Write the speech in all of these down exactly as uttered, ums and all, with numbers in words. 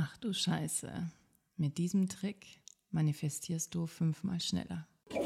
Ach du Scheiße, mit diesem Trick manifestierst du fünfmal schneller.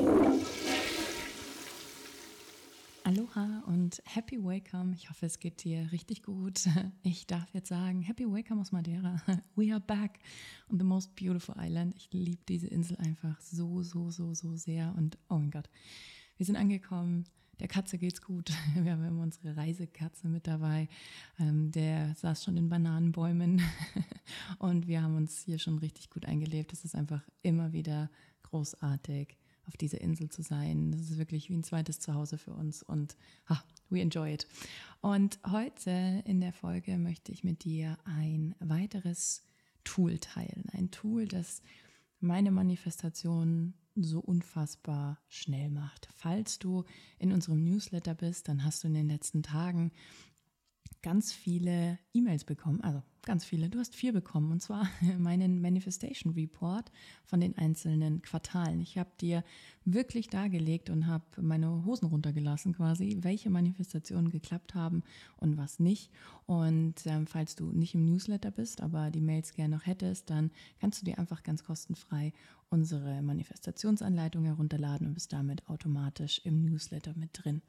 Aloha und Happy Welcome. Ich hoffe, es geht dir richtig gut. Ich darf jetzt sagen, Happy Welcome aus Madeira. We are back on the most beautiful island. Ich liebe diese Insel einfach so, so, so, so sehr. Und oh mein Gott, wir sind angekommen. Der Katze geht's gut. Wir haben immer unsere Reisekatze mit dabei. Ähm, der saß schon in Bananenbäumen und wir haben uns hier schon richtig gut eingelebt. Es ist einfach immer wieder großartig, auf dieser Insel zu sein. Das ist wirklich wie ein zweites Zuhause für uns und ah, we enjoy it. Und heute in der Folge möchte ich mit dir ein weiteres Tool teilen. Ein Tool, das meine Manifestation so unfassbar schnell macht. Falls du in unserem Newsletter bist, dann hast du in den letzten Tagen ganz viele E-Mails bekommen, also ganz viele, du hast vier bekommen, und zwar meinen Manifestation Report von den einzelnen Quartalen. Ich habe dir wirklich dargelegt und habe meine Hosen runtergelassen quasi, welche Manifestationen geklappt haben und was nicht. Und ähm, falls du nicht im Newsletter bist, aber die Mails gerne noch hättest, dann kannst du dir einfach ganz kostenfrei unsere Manifestationsanleitung herunterladen und bist damit automatisch im Newsletter mit drin.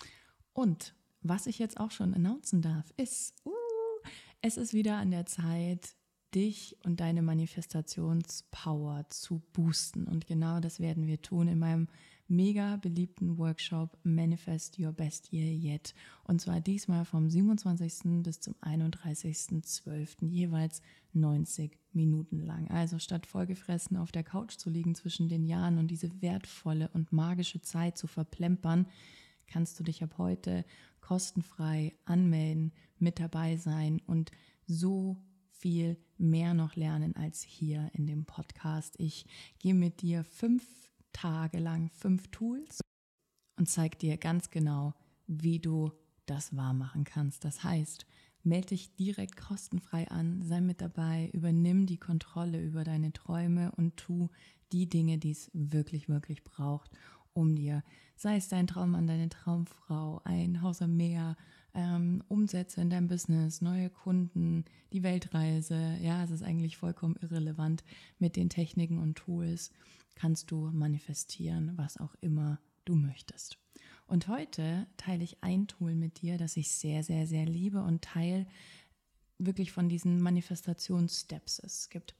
Und was ich jetzt auch schon announcen darf, ist, uh, es ist wieder an der Zeit, dich und deine Manifestationspower zu boosten. Und genau das werden wir tun in meinem mega beliebten Workshop Manifest Your Best Year Yet. Und zwar diesmal vom siebenundzwanzigsten bis zum einunddreißigsten zwölften jeweils neunzig Minuten lang. Also statt vollgefressen auf der Couch zu liegen zwischen den Jahren und diese wertvolle und magische Zeit zu verplempern, kannst du dich ab heute kostenfrei anmelden, mit dabei sein und so viel mehr noch lernen als hier in dem Podcast. Ich gehe mit dir fünf Tage lang fünf Tools und zeige dir ganz genau, wie du das wahr machen kannst. Das heißt, melde dich direkt kostenfrei an, sei mit dabei, übernimm die Kontrolle über deine Träume und tu die Dinge, die es wirklich, wirklich braucht, um dir, sei es dein Traummann, deine Traumfrau, ein Haus am Meer, ähm, Umsätze in deinem Business, neue Kunden, die Weltreise. Ja, es ist eigentlich vollkommen irrelevant. Mit den Techniken und Tools kannst du manifestieren, was auch immer du möchtest. Und heute teile ich ein Tool mit dir, das ich sehr, sehr, sehr liebe und teile wirklich von diesen Manifestationssteps. Es gibt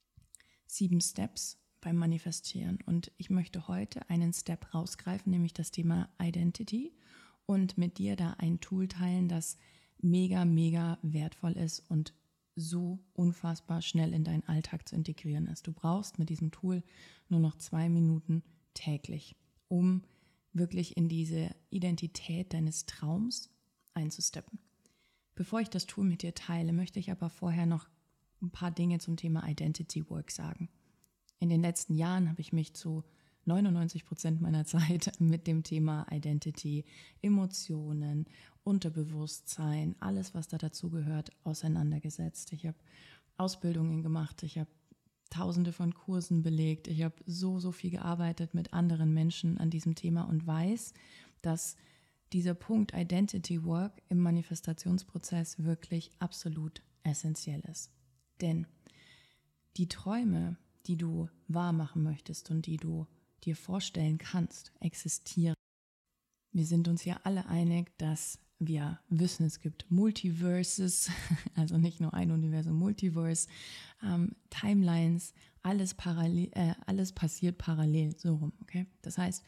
sieben Steps beim Manifestieren und ich möchte heute einen Step rausgreifen, nämlich das Thema Identity und mit dir da ein Tool teilen, das mega, mega wertvoll ist und so unfassbar schnell in deinen Alltag zu integrieren ist. Du brauchst mit diesem Tool nur noch zwei Minuten täglich, um wirklich in diese Identität deines Traums einzusteppen. Bevor ich das Tool mit dir teile, möchte ich aber vorher noch ein paar Dinge zum Thema Identity Work sagen. In den letzten Jahren habe ich mich zu neunundneunzig Prozent meiner Zeit mit dem Thema Identity, Emotionen, Unterbewusstsein, alles, was da dazugehört, auseinandergesetzt. Ich habe Ausbildungen gemacht, ich habe Tausende von Kursen belegt, ich habe so, so viel gearbeitet mit anderen Menschen an diesem Thema und weiß, dass dieser Punkt Identity Work im Manifestationsprozess wirklich absolut essentiell ist. Denn die Träume, die du wahr machen möchtest und die du dir vorstellen kannst, existieren. Wir sind uns ja alle einig, dass wir wissen, es gibt Multiverses, also nicht nur ein Universum, Multiverse, ähm, Timelines, alles parallel, äh, alles passiert parallel, so rum, okay? Das heißt,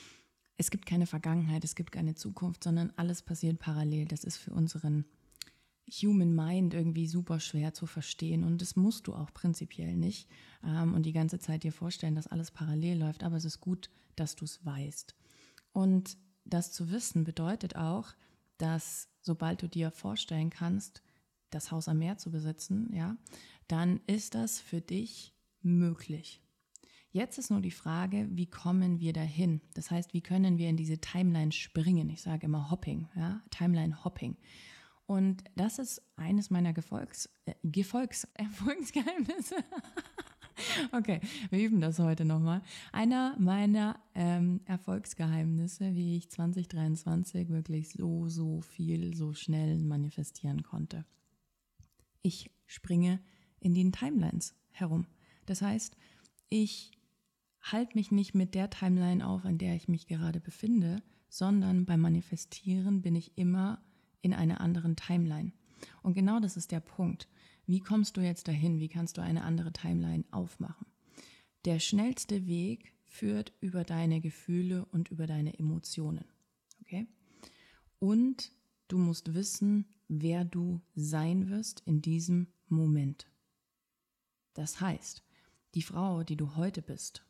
es gibt keine Vergangenheit, es gibt keine Zukunft, sondern alles passiert parallel. Das ist für unseren Human Mind irgendwie super schwer zu verstehen und das musst du auch prinzipiell nicht ähm, und die ganze Zeit dir vorstellen, dass alles parallel läuft, aber es ist gut, dass du es weißt. Und das zu wissen bedeutet auch, dass sobald du dir vorstellen kannst, das Haus am Meer zu besitzen, ja, dann ist das für dich möglich. Jetzt ist nur die Frage, wie kommen wir dahin? Das heißt, wie können wir in diese Timeline springen? Ich sage immer Hopping, ja, Timeline Hopping. Und das ist eines meiner Gefolgs, äh, Gefolgs, Erfolgsgeheimnisse. Okay, wir üben das heute nochmal. Einer meiner ähm, Erfolgsgeheimnisse, wie ich zwanzig dreiundzwanzig wirklich so, so viel, so schnell manifestieren konnte. Ich springe in den Timelines herum. Das heißt, ich halte mich nicht mit der Timeline auf, an der ich mich gerade befinde, sondern beim Manifestieren bin ich immer in einer anderen Timeline. Und genau das ist der Punkt. Wie kommst du jetzt dahin? Wie kannst du eine andere Timeline aufmachen? Der schnellste Weg führt über deine Gefühle und über deine Emotionen. Okay? Und du musst wissen, wer du sein wirst in diesem Moment. Das heißt, die Frau, die du heute bist,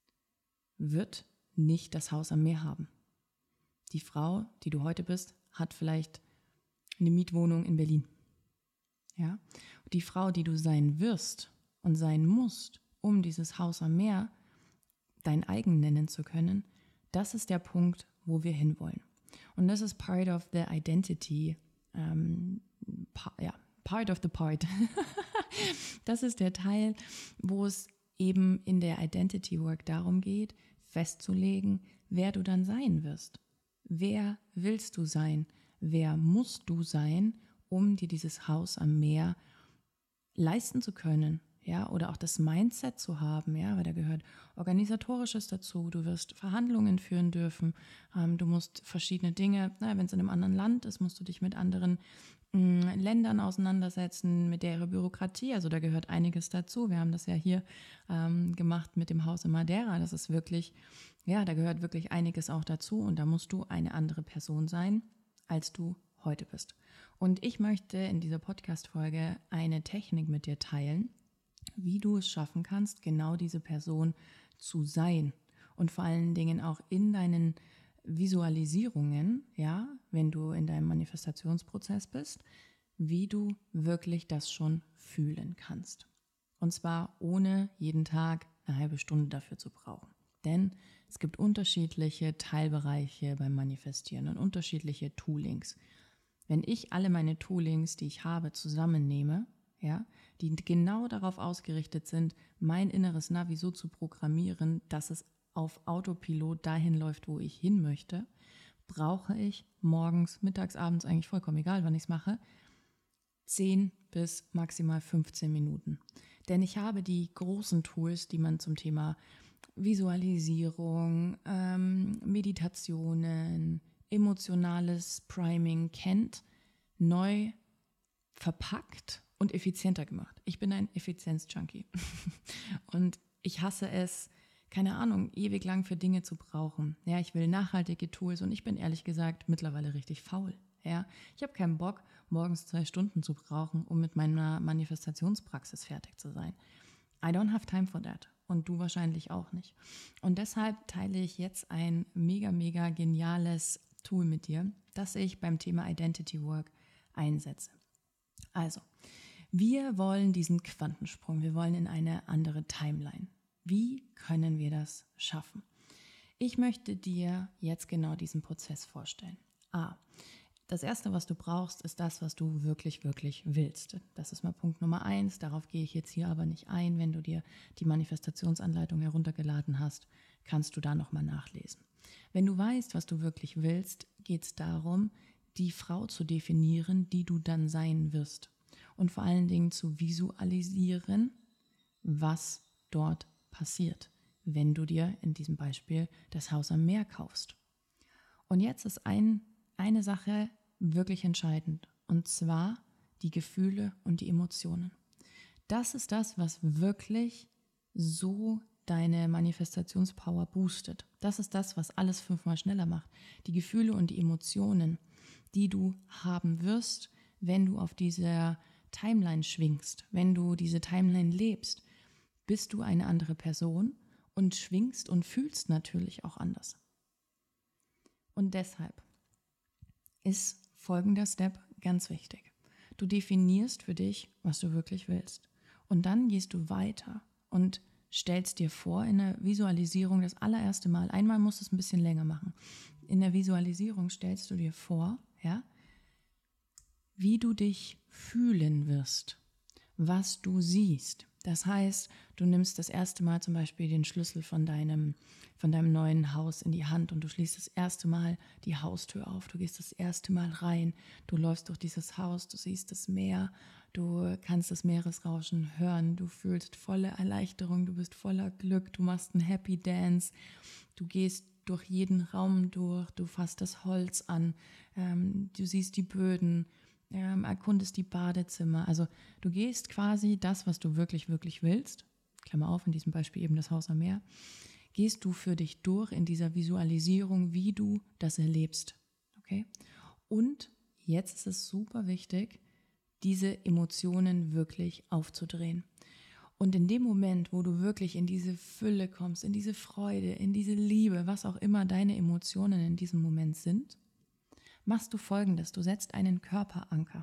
wird nicht das Haus am Meer haben. Die Frau, die du heute bist, hat vielleicht eine Mietwohnung in Berlin. Ja? Die Frau, die du sein wirst und sein musst, um dieses Haus am Meer dein eigen nennen zu können, das ist der Punkt, wo wir hinwollen. Und das ist part of the identity, ähm, pa- ja, part of the part. Das ist der Teil, wo es eben in der Identity Work darum geht, festzulegen, wer du dann sein wirst. Wer willst du sein? Wer musst du sein, um dir dieses Haus am Meer leisten zu können? Ja, oder auch das Mindset zu haben, ja, weil da gehört Organisatorisches dazu. Du wirst Verhandlungen führen dürfen. Ähm, du musst verschiedene Dinge, wenn es in einem anderen Land ist, musst du dich mit anderen mh, Ländern auseinandersetzen, mit der Bürokratie. Also da gehört einiges dazu. Wir haben das ja hier ähm, gemacht mit dem Haus in Madeira. Das ist wirklich, ja, da gehört wirklich einiges auch dazu. Und da musst du eine andere Person sein, als du heute bist. Und ich möchte in dieser Podcast-Folge eine Technik mit dir teilen, wie du es schaffen kannst, genau diese Person zu sein und vor allen Dingen auch in deinen Visualisierungen, ja, wenn du in deinem Manifestationsprozess bist, wie du wirklich das schon fühlen kannst. Und zwar ohne jeden Tag eine halbe Stunde dafür zu brauchen. Denn es gibt unterschiedliche Teilbereiche beim Manifestieren und unterschiedliche Toolings. Wenn ich alle meine Toolings, die ich habe, zusammennehme, ja, die genau darauf ausgerichtet sind, mein inneres Navi so zu programmieren, dass es auf Autopilot dahin läuft, wo ich hin möchte, brauche ich morgens, mittags, abends, eigentlich vollkommen egal, wann ich es mache, zehn bis maximal fünfzehn Minuten. Denn ich habe die großen Tools, die man zum Thema Visualisierung, ähm, Meditationen, emotionales Priming kennt, neu verpackt und effizienter gemacht. Ich bin ein Effizienz-Junkie und ich hasse es, keine Ahnung, ewig lang für Dinge zu brauchen. Ja, ich will nachhaltige Tools und ich bin ehrlich gesagt mittlerweile richtig faul. Ja, ich habe keinen Bock, morgens zwei Stunden zu brauchen, um mit meiner Manifestationspraxis fertig zu sein. I don't have time for that. Und du wahrscheinlich auch nicht. Und deshalb teile ich jetzt ein mega, mega geniales Tool mit dir, das ich beim Thema Identity Work einsetze. Also, wir wollen diesen Quantensprung, wir wollen in eine andere Timeline. Wie können wir das schaffen? Ich möchte dir jetzt genau diesen Prozess vorstellen. A. Das Erste, was du brauchst, ist das, was du wirklich, wirklich willst. Das ist mal Punkt Nummer eins. Darauf gehe ich jetzt hier aber nicht ein. Wenn du dir die Manifestationsanleitung heruntergeladen hast, kannst du da nochmal nachlesen. Wenn du weißt, was du wirklich willst, geht es darum, die Frau zu definieren, die du dann sein wirst. Und vor allen Dingen zu visualisieren, was dort passiert, wenn du dir in diesem Beispiel das Haus am Meer kaufst. Und jetzt ist ein, eine Sache wirklich entscheidend, und zwar die Gefühle und die Emotionen. Das ist das, was wirklich so deine Manifestationspower boostet. Das ist das, was alles fünfmal schneller macht. Die Gefühle und die Emotionen, die du haben wirst, wenn du auf dieser Timeline schwingst, wenn du diese Timeline lebst, bist du eine andere Person und schwingst und fühlst natürlich auch anders. Und deshalb ist folgender Step ganz wichtig. Du definierst für dich, was du wirklich willst. Und dann gehst du weiter und stellst dir vor, in der Visualisierung das allererste Mal, einmal musst du es ein bisschen länger machen, in der Visualisierung stellst du dir vor, ja, wie du dich fühlen wirst, was du siehst. Das heißt, du nimmst das erste Mal zum Beispiel den Schlüssel von deinem, von deinem neuen Haus in die Hand und du schließt das erste Mal die Haustür auf, du gehst das erste Mal rein, du läufst durch dieses Haus, du siehst das Meer, du kannst das Meeresrauschen hören, du fühlst volle Erleichterung, du bist voller Glück, du machst einen Happy Dance, du gehst durch jeden Raum durch, du fasst das Holz an, ähm, du siehst die Böden, ähm, erkundest die Badezimmer. Also du gehst quasi das, was du wirklich, wirklich willst, Klammer auf, in diesem Beispiel eben das Haus am Meer, gehst du für dich durch in dieser Visualisierung, wie du das erlebst. Okay? Und jetzt ist es super wichtig, diese Emotionen wirklich aufzudrehen. Und in dem Moment, wo du wirklich in diese Fülle kommst, in diese Freude, in diese Liebe, was auch immer deine Emotionen in diesem Moment sind, machst du Folgendes: Du setzt einen Körperanker.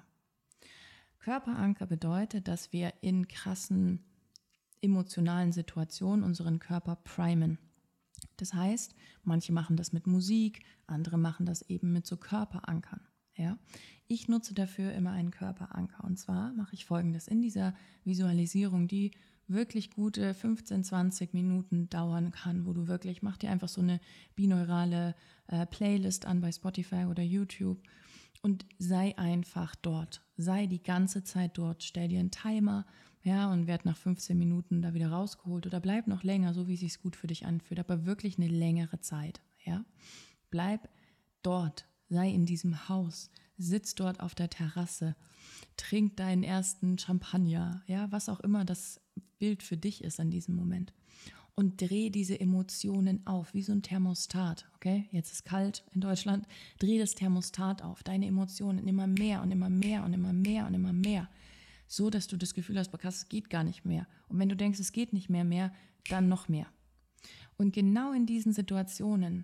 Körperanker bedeutet, dass wir in krassen emotionalen Situationen unseren Körper primen. Das heißt, manche machen das mit Musik, andere machen das eben mit so Körperankern. Ja? Ich nutze dafür immer einen Körperanker, und zwar mache ich Folgendes: In dieser Visualisierung, die wirklich gute fünfzehn, zwanzig Minuten dauern kann, wo du wirklich, mach dir einfach so eine binaurale äh, Playlist an bei Spotify oder YouTube und sei einfach dort, sei die ganze Zeit dort, stell dir einen Timer, ja, und werd nach fünfzehn Minuten da wieder rausgeholt oder bleib noch länger, so wie es sich gut für dich anfühlt, aber wirklich eine längere Zeit, ja. Bleib dort, sei in diesem Haus, sitz dort auf der Terrasse, trink deinen ersten Champagner, ja, was auch immer das Bild für dich ist an diesem Moment. Und dreh diese Emotionen auf, wie so ein Thermostat, okay? Jetzt ist kalt in Deutschland, dreh das Thermostat auf, deine Emotionen immer mehr und immer mehr und immer mehr und immer mehr, so dass du das Gefühl hast, krass, es geht gar nicht mehr. Und wenn du denkst, es geht nicht mehr mehr, dann noch mehr. Und genau in diesen Situationen,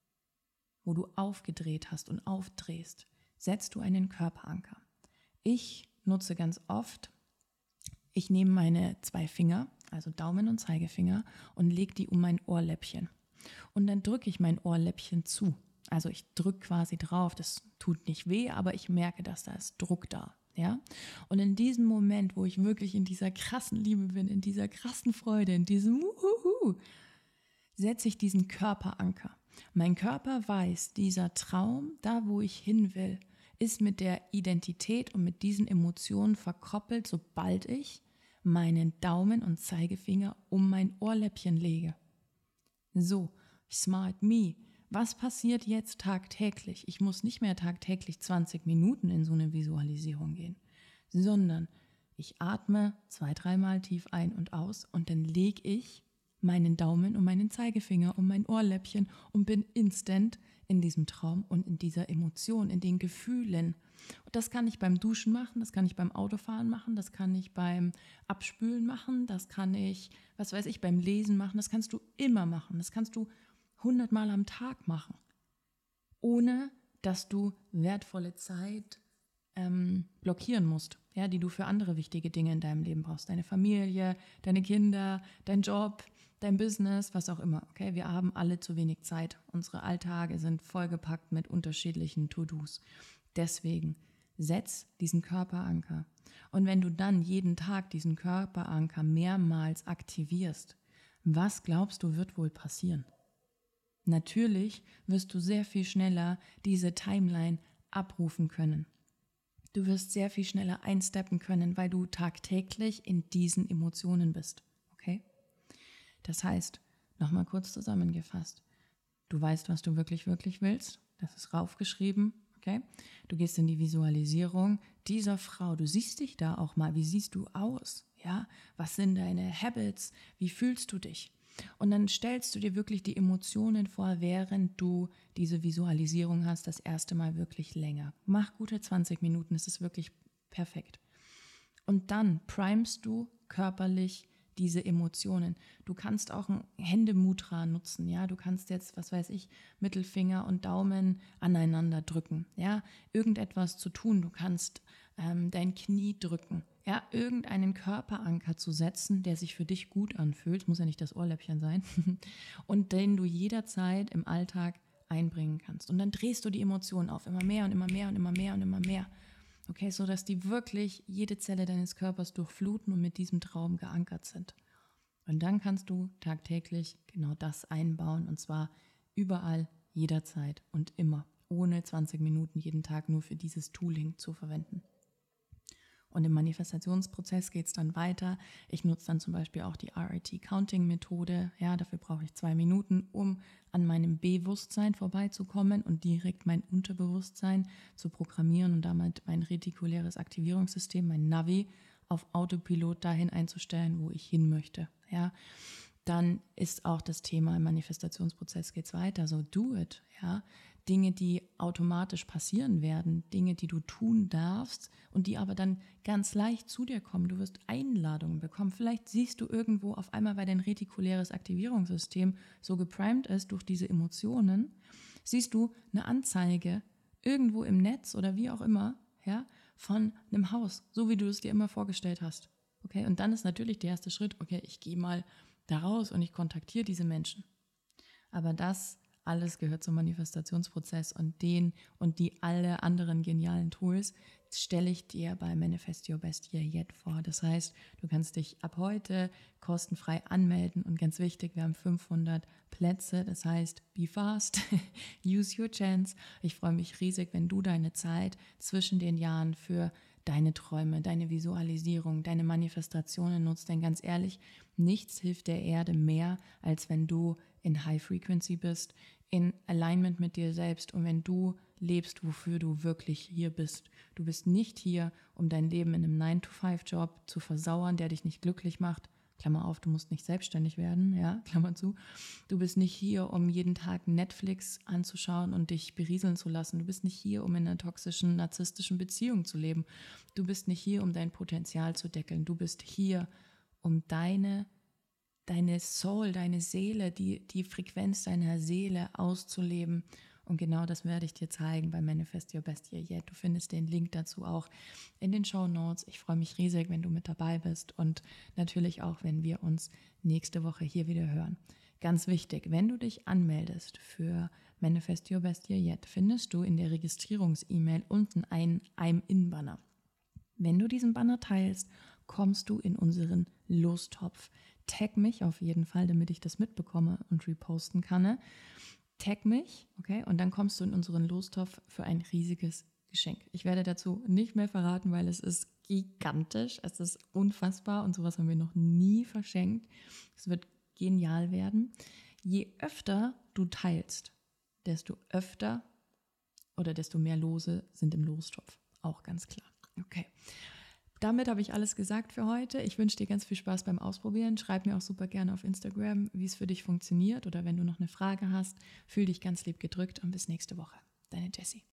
wo du aufgedreht hast und aufdrehst, setzt du einen Körperanker. Ich nutze ganz oft, ich nehme meine zwei Finger, also Daumen und Zeigefinger, und lege die um mein Ohrläppchen. Und dann drücke ich mein Ohrläppchen zu. Also ich drücke quasi drauf, das tut nicht weh, aber ich merke, dass da ist Druck da. Ja? Und in diesem Moment, wo ich wirklich in dieser krassen Liebe bin, in dieser krassen Freude, in diesem Uhuhu, setze ich diesen Körperanker. Mein Körper weiß, dieser Traum, da wo ich hin will, ist mit der Identität und mit diesen Emotionen verkoppelt, sobald ich meinen Daumen und Zeigefinger um mein Ohrläppchen lege. So, smart me. Was passiert jetzt tagtäglich? Ich muss nicht mehr tagtäglich zwanzig Minuten in so eine Visualisierung gehen, sondern ich atme zwei, dreimal tief ein und aus und dann lege ich meinen Daumen und meinen Zeigefinger um mein Ohrläppchen und bin instant in diesem Traum und in dieser Emotion, in den Gefühlen. Und das kann ich beim Duschen machen, das kann ich beim Autofahren machen, das kann ich beim Abspülen machen, das kann ich, was weiß ich, beim Lesen machen, das kannst du immer machen, das kannst du hundertmal am Tag machen, ohne dass du wertvolle Zeit ähm, blockieren musst, ja, die du für andere wichtige Dinge in deinem Leben brauchst. Deine Familie, deine Kinder, dein Job, dein Business, was auch immer. Okay, wir haben alle zu wenig Zeit. Unsere Alltage sind vollgepackt mit unterschiedlichen To-Dos. Deswegen setz diesen Körperanker. Und wenn du dann jeden Tag diesen Körperanker mehrmals aktivierst, was glaubst du, wird wohl passieren? Natürlich wirst du sehr viel schneller diese Timeline abrufen können. Du wirst sehr viel schneller einsteppen können, weil du tagtäglich in diesen Emotionen bist. Okay? Das heißt, nochmal kurz zusammengefasst, du weißt, was du wirklich, wirklich willst. Das ist raufgeschrieben. Okay? Du gehst in die Visualisierung dieser Frau. Du siehst dich da auch mal. Wie siehst du aus? Ja? Was sind deine Habits? Wie fühlst du dich? Und dann stellst du dir wirklich die Emotionen vor, während du diese Visualisierung hast, das erste Mal wirklich länger. Mach gute zwanzig Minuten, es ist wirklich perfekt. Und dann primest du körperlich diese Emotionen. Du kannst auch ein Händemudra nutzen, ja, du kannst jetzt, was weiß ich, Mittelfinger und Daumen aneinander drücken, ja, irgendetwas zu tun, du kannst ähm, dein Knie drücken, ja, irgendeinen Körperanker zu setzen, der sich für dich gut anfühlt, muss ja nicht das Ohrläppchen sein, und den du jederzeit im Alltag einbringen kannst. Und dann drehst du die Emotionen auf, immer mehr und immer mehr und immer mehr und immer mehr. Okay, so dass die wirklich jede Zelle deines Körpers durchfluten und mit diesem Traum geankert sind. Und dann kannst du tagtäglich genau das einbauen, und zwar überall, jederzeit und immer, ohne zwanzig Minuten jeden Tag nur für dieses Tooling zu verwenden. Und im Manifestationsprozess geht es dann weiter. Ich nutze dann zum Beispiel auch die R I T-Counting-Methode. Ja, dafür brauche ich zwei Minuten, um an meinem Bewusstsein vorbeizukommen und direkt mein Unterbewusstsein zu programmieren und damit mein retikuläres Aktivierungssystem, mein Navi, auf Autopilot dahin einzustellen, wo ich hin möchte. Ja, dann ist auch das Thema im Manifestationsprozess geht es weiter. So do it. Ja, Dinge, die automatisch passieren werden, Dinge, die du tun darfst und die aber dann ganz leicht zu dir kommen. Du wirst Einladungen bekommen. Vielleicht siehst du irgendwo auf einmal, weil dein retikuläres Aktivierungssystem so geprimed ist durch diese Emotionen, siehst du eine Anzeige irgendwo im Netz oder wie auch immer, ja, von einem Haus, so wie du es dir immer vorgestellt hast. Okay? Und dann ist natürlich der erste Schritt, okay, ich gehe mal da raus und ich kontaktiere diese Menschen. Aber das alles gehört zum Manifestationsprozess und den und die alle anderen genialen Tools stelle ich dir bei Manifest Your Best Year Yet vor. Das heißt, du kannst dich ab heute kostenfrei anmelden und ganz wichtig, wir haben fünfhundert Plätze, das heißt, be fast, use your chance. Ich freue mich riesig, wenn du deine Zeit zwischen den Jahren für deine Träume, deine Visualisierung, deine Manifestationen nutzt, denn ganz ehrlich, nichts hilft der Erde mehr, als wenn du in High Frequency bist, in Alignment mit dir selbst und wenn du lebst, wofür du wirklich hier bist. Du bist nicht hier, um dein Leben in einem nine to five Job zu versauern, der dich nicht glücklich macht. Klammer auf, du musst nicht selbstständig werden, ja, Klammer zu. Du bist nicht hier, um jeden Tag Netflix anzuschauen und dich berieseln zu lassen. Du bist nicht hier, um in einer toxischen, narzisstischen Beziehung zu leben. Du bist nicht hier, um dein Potenzial zu deckeln. Du bist hier, um deine deine Soul, deine Seele, die, die Frequenz deiner Seele auszuleben. Und genau das werde ich dir zeigen bei Manifest Your Best Year Yet. Du findest den Link dazu auch in den Shownotes. Ich freue mich riesig, wenn du mit dabei bist und natürlich auch, wenn wir uns nächste Woche hier wieder hören. Ganz wichtig, wenn du dich anmeldest für Manifest Your Best Year Yet, findest du in der Registrierungs-E-Mail unten einen I'm-In-Banner. Wenn du diesen Banner teilst, kommst du in unseren Lostopf. Tag mich auf jeden Fall, damit ich das mitbekomme und reposten kann. Tag mich, okay, und dann kommst du in unseren Lostopf für ein riesiges Geschenk. Ich werde dazu nicht mehr verraten, weil es ist gigantisch, es ist unfassbar und sowas haben wir noch nie verschenkt. Es wird genial werden. Je öfter du teilst, desto öfter oder desto mehr Lose sind im Lostopf. Auch ganz klar. Okay. Damit habe ich alles gesagt für heute. Ich wünsche dir ganz viel Spaß beim Ausprobieren. Schreib mir auch super gerne auf Instagram, wie es für dich funktioniert oder wenn du noch eine Frage hast. Fühl dich ganz lieb gedrückt und bis nächste Woche. Deine Jessie.